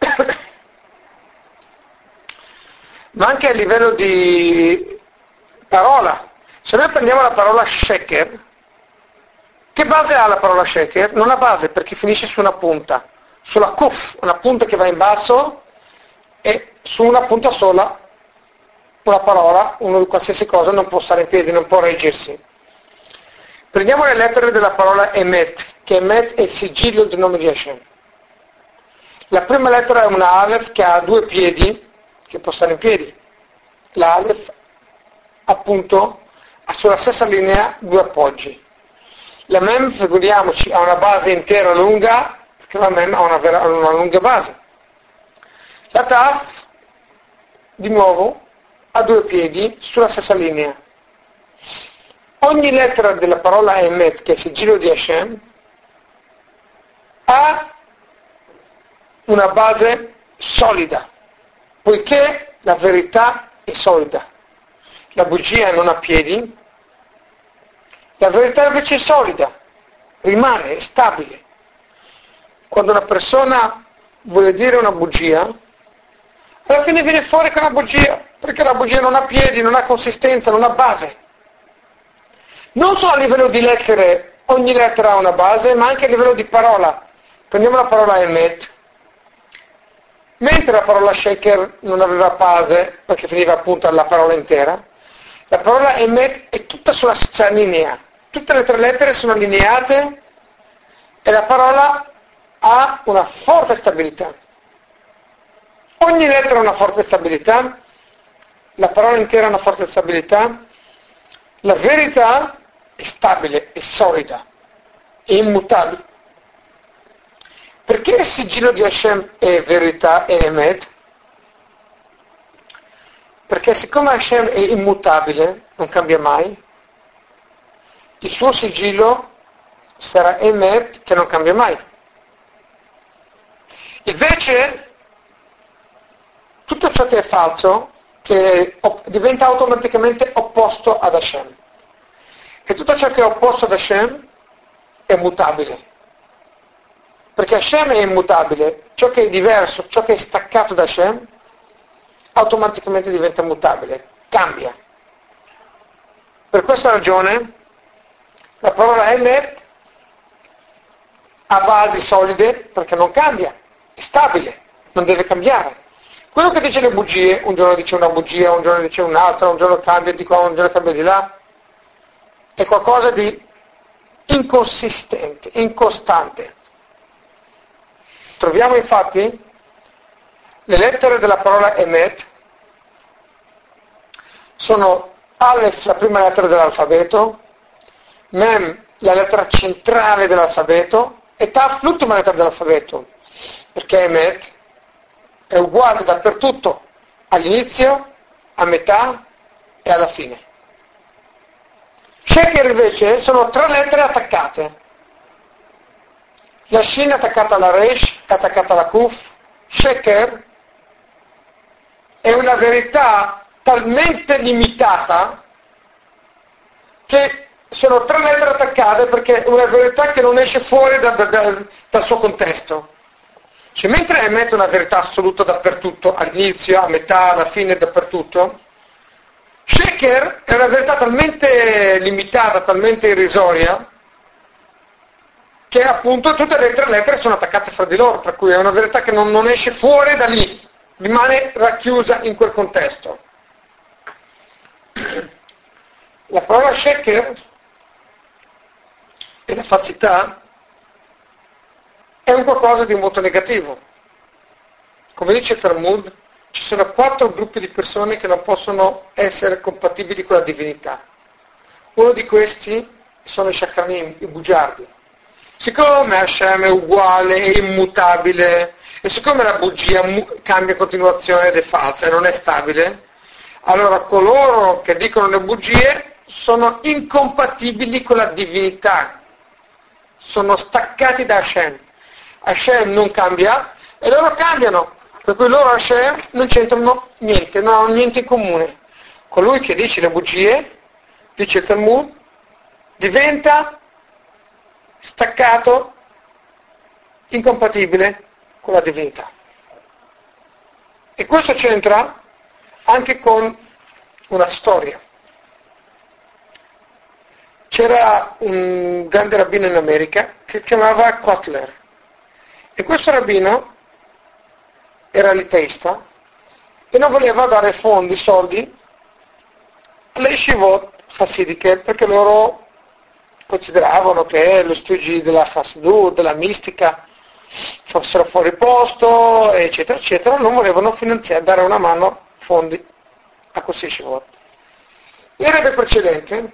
ma anche a livello di parola. Se noi prendiamo la parola sheker, che base ha la parola sheker? Non ha base perché finisce su una punta, sulla kuf, una punta che va in basso, e su una punta sola una parola, una qualsiasi cosa non può stare in piedi, non può reggersi. Prendiamo le lettere della parola Emet, che Emet è il sigillo del nome di Hashem. La prima lettera è una Aleph che ha due piedi, che può stare in piedi. La Aleph, appunto, ha sulla stessa linea due appoggi. La Mem, figuriamoci, ha una base intera lunga, perché la Mem ha una, vera, una lunga base. La Taf, di nuovo, ha due piedi sulla stessa linea. Ogni lettera della parola Emet, che è il sigillo di Hashem, ha una base solida, poiché la verità è solida. La bugia non ha piedi, la verità invece è solida, rimane, è stabile. Quando una persona vuole dire una bugia, alla fine viene fuori che è una bugia, perché la bugia non ha piedi, non ha consistenza, non ha base. Non solo a livello di lettere, ogni lettera ha una base, ma anche a livello di parola. Prendiamo la parola Emet. Mentre la parola Sheker non aveva base, perché finiva appunto alla parola intera, la parola Emet è tutta sulla stessa linea. Tutte le tre lettere sono allineate e la parola ha una forte stabilità. Ogni lettera ha una forte stabilità, la parola intera ha una forte stabilità, la verità è stabile, è solida, è immutabile. Perché il sigillo di Hashem è verità e Emet? Perché siccome Hashem è immutabile, non cambia mai, il suo sigillo sarà Emet, che non cambia mai. Invece, tutto ciò che è falso, che diventa automaticamente opposto ad Hashem. E tutto ciò che è opposto ad Hashem è mutabile. Perché Hashem è immutabile, ciò che è diverso, ciò che è staccato da Hashem, automaticamente diventa mutabile, cambia. Per questa ragione, la parola Emet ha basi solide perché non cambia, è stabile, non deve cambiare. Quello che dice le bugie, un giorno dice una bugia, un giorno dice un'altra, un giorno cambia di qua, un giorno cambia di là, è qualcosa di inconsistente, incostante. Troviamo infatti le lettere della parola Emet sono Aleph, la prima lettera dell'alfabeto, Mem, la lettera centrale dell'alfabeto, e Taf, l'ultima lettera dell'alfabeto, perché Emet è uguale dappertutto, all'inizio, a metà e alla fine. Sheker invece sono tre lettere attaccate. La Shin è attaccata alla Resh, è attaccata alla Kuf. Sheker è una verità talmente limitata che sono tre lettere attaccate perché è una verità che non esce fuori da, da, da, dal suo contesto. Cioè, mentre emette una verità assoluta dappertutto, all'inizio, a metà, alla fine, dappertutto, Sheker è una verità talmente limitata, talmente irrisoria, che appunto tutte le tre lettere sono attaccate fra di loro, per cui è una verità che non, non esce fuori da lì, rimane racchiusa in quel contesto. La parola Sheker e la falsità è un qualcosa di molto negativo. Come dice il Talmud, ci sono quattro gruppi di persone che non possono essere compatibili con la divinità. Uno di questi sono i Shakanim, i bugiardi. Siccome Hashem è uguale, è immutabile, e siccome la bugia cambia in continuazione ed è falsa e non è stabile, allora coloro che dicono le bugie sono incompatibili con la divinità, sono staccati da Hashem. Hashem non cambia e loro cambiano, per cui loro Hashem non c'entrano niente, non hanno niente in comune. Colui che dice le bugie, dice il Talmud, diventa staccato, incompatibile con la divinità. E questo c'entra anche con una storia. C'era un grande rabbino in America che chiamava Kotler, e questo rabbino era liteista e non voleva dare fondi, soldi alle yeshivot chassidiche, perché loro consideravano che lo studio della Chassidut, della mistica, fossero fuori posto, eccetera, eccetera, non volevano finanziare, dare una mano, fondi a questi yeshivot. Il rebbe precedente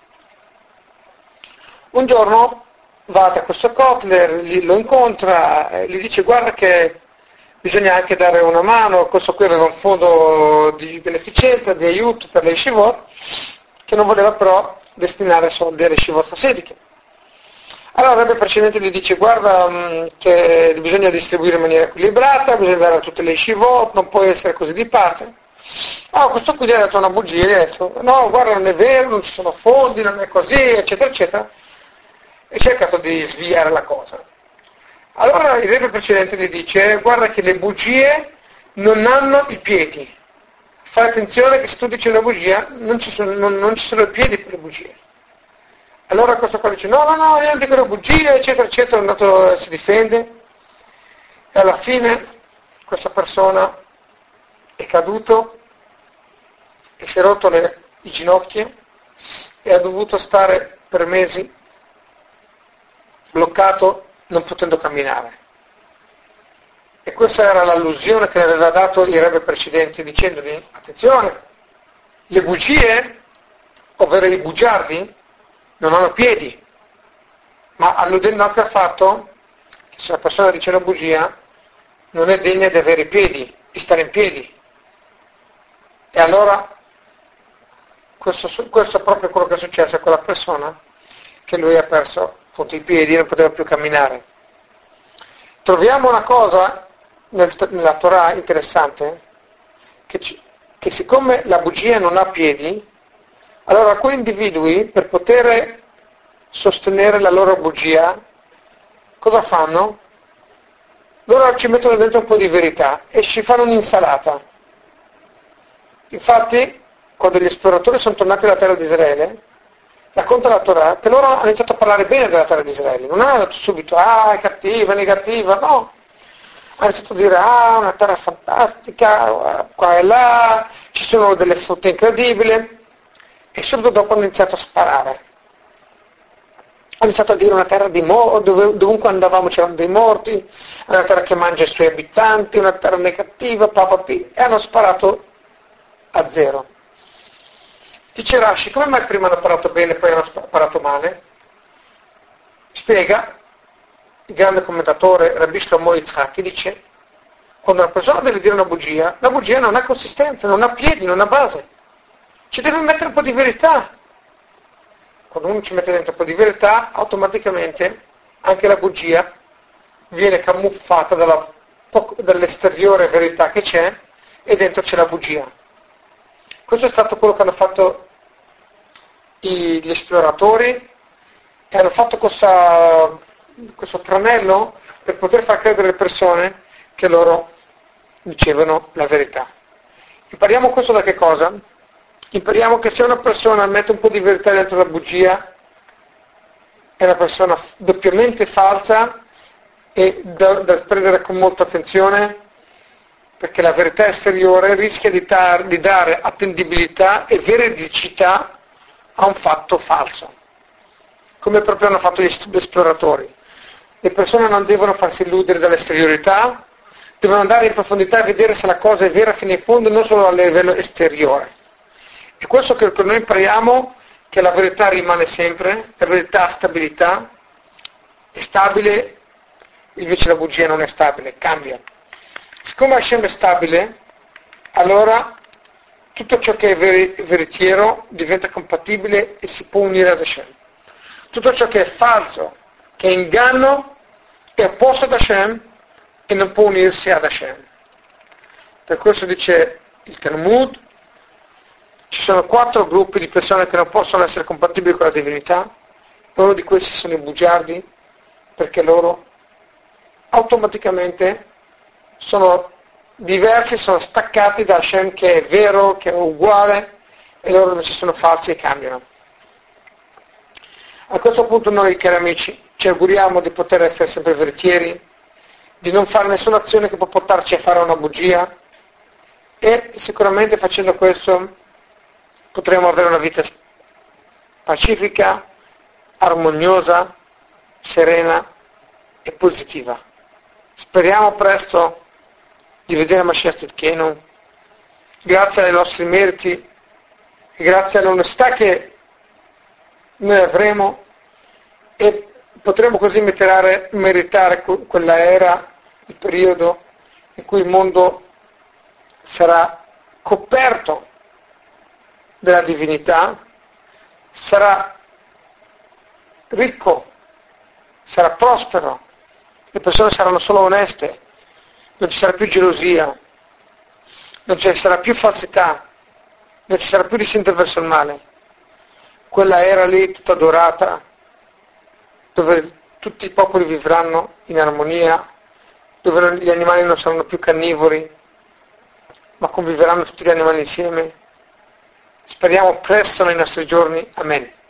un giorno va da questo Kotler, lo incontra, gli dice: guarda che bisogna anche dare una mano, questo qui aveva un fondo di beneficenza, di aiuto per le yeshivot, che non voleva però destinare soldi alle yeshivot chassidiche. Allora il rebbe precedente gli dice: guarda mh, che bisogna distribuire in maniera equilibrata, bisogna dare a tutte le yeshivot, non può essere così di parte. Allora questo qui gli ha detto una bugia, gli ha detto: no, guarda, non è vero, non ci sono fondi, non è così, eccetera, eccetera, e cercato di sviare la cosa. Allora il rebbe precedente gli dice: guarda che le bugie non hanno i piedi, fai attenzione che se tu dici una bugia non ci sono, non, non ci sono i piedi per le bugie. Allora questo qua dice: no, no, no, io non dico le bugie, eccetera, eccetera, è andato, si difende, e alla fine questa persona è caduto e si è rotto le, i ginocchia e ha dovuto stare per mesi bloccato, non potendo camminare. E questa era l'allusione che ne aveva dato il rebbe precedente, dicendogli: attenzione, le bugie, ovvero i bugiardi, non hanno piedi, ma alludendo anche al fatto che se una persona dice una bugia non è degna di avere i piedi, di stare in piedi. E allora questo, questo è proprio quello che è successo a quella persona, che lui ha perso appunto i piedi e non poteva più camminare. Troviamo una cosa nel, nella Torah interessante, che, che siccome la bugia non ha piedi, allora alcuni individui, per poter sostenere la loro bugia, cosa fanno? Loro ci mettono dentro un po' di verità e ci fanno un'insalata. Infatti, quando gli esploratori sono tornati alla terra di Israele, racconta la Torah che loro hanno iniziato a parlare bene della terra di Israele, non hanno detto subito, ah, è cattiva, è negativa, no. Hanno iniziato a dire, ah, una terra fantastica, qua e là, ci sono delle frutta incredibili, e subito dopo hanno iniziato a sparare. Hanno iniziato a dire una terra di morti, dove, dovunque andavamo c'erano dei morti, una terra che mangia i suoi abitanti, una terra negativa, papà, e hanno sparato a zero. Dice Rashi, come mai prima hanno parlato bene e poi hanno sparato male? Spiega il grande commentatore Rabbi Shlomo Yitzhaki, dice, quando una persona deve dire una bugia, la bugia non ha consistenza, non ha piedi, non ha base. Ci deve mettere un po' di verità. Quando uno ci mette dentro un po' di verità, automaticamente anche la bugia viene camuffata dalla, dall'esteriore verità che c'è e dentro c'è la bugia. Questo è stato quello che hanno fatto gli esploratori e hanno fatto questa, questo tranello per poter far credere alle persone che loro dicevano la verità. Impariamo questo da che cosa? Impariamo che se una persona mette un po' di verità dentro la bugia è una persona doppiamente falsa e da, da prendere con molta attenzione, perché la verità esteriore rischia di, tar, di dare attendibilità e veridicità a un fatto falso, come proprio hanno fatto gli esploratori. Le persone non devono farsi illudere dall'esteriorità, devono andare in profondità e vedere se la cosa è vera fino in fondo, non solo a livello esteriore. E questo che noi impariamo, che la verità rimane sempre, la verità ha stabilità, è stabile, invece la bugia non è stabile, cambia. Siccome Hashem è stabile, allora tutto ciò che è ver- veritiero diventa compatibile e si può unire ad Hashem. Tutto ciò che è falso, che è inganno, è opposto ad Hashem e non può unirsi ad Hashem. Per questo dice il Talmud, ci sono quattro gruppi di persone che non possono essere compatibili con la divinità, e uno di questi sono i bugiardi, perché loro automaticamente sono diversi, sono staccati da Hashem che è vero, che è uguale, e loro invece sono falsi e cambiano. A questo punto noi, cari amici, ci auguriamo di poter essere sempre veritieri, di non fare nessuna azione che può portarci a fare una bugia, e sicuramente facendo questo potremo avere una vita pacifica, armoniosa, serena e positiva. Speriamo presto di vedere Mashiach Tzidkenu, grazie ai nostri meriti e grazie all'onestà che noi avremo, e potremo così meritare, meritare quella era, il periodo in cui il mondo sarà coperto della divinità, sarà ricco, sarà prospero, le persone saranno solo oneste, non ci sarà più gelosia, non ci sarà più falsità, non ci sarà più distinzione verso il male. Quella era lì tutta dorata, dove tutti i popoli vivranno in armonia, dove gli animali non saranno più carnivori, ma conviveranno tutti gli animali insieme. Speriamo presto nei nostri giorni. Amen.